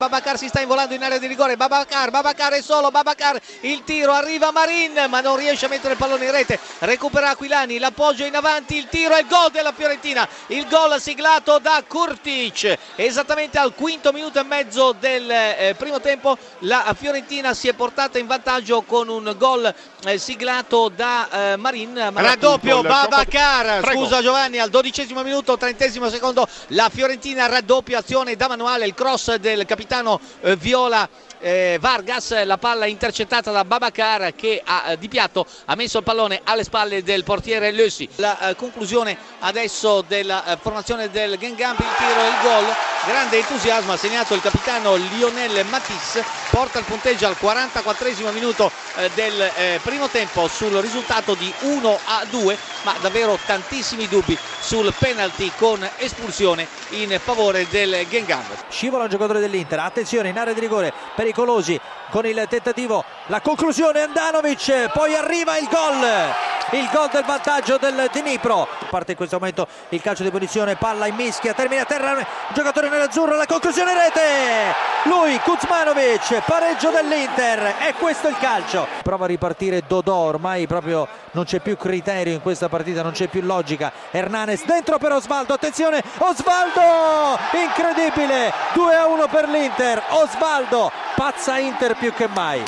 Babacar si sta involando in area di rigore, Babacar è solo, Babacar il tiro, arriva Marin ma non riesce a mettere il pallone in rete, recupera Aquilani, l'appoggio in avanti, il tiro e il gol della Fiorentina, il gol siglato da Kurtic, esattamente al quinto minuto e mezzo del primo tempo la Fiorentina si è portata in vantaggio con un gol siglato da Marin. Raddoppio Babacar, scusa Giovanni, al 12° minuto, 30° secondo, la Fiorentina raddoppia, azione da manuale, il cross del capitano viola Vargas, la palla intercettata da Babacar che di piatto ha messo il pallone alle spalle del portiere Lösi. La conclusione adesso della formazione del Guingamp, il tiro e il gol, grande entusiasmo ha segnato il capitano Lionel Matisse, porta il punteggio al 44° minuto del primo tempo sul risultato di 1-2, ma davvero tantissimi dubbi sul penalty con espulsione in favore del Guingamp. Scivola un giocatore dell'Inter, attenzione in area di rigore, pericolosi con il tentativo, la conclusione Andanovic, poi arriva il gol del vantaggio del Dnipro. Parte in questo momento il calcio di punizione, palla in mischia, termina a terra, giocatore nell'azzurro, la conclusione rete, lui Kuzmanovic, pareggio dell'Inter, e questo è il calcio. Prova a ripartire Dodò, ormai proprio non c'è più criterio in questa partita, non c'è più logica. Hernanes dentro per Osvaldo, attenzione Osvaldo, incredibile, 2-1 per l'Inter, Osvaldo, pazza Inter più che mai.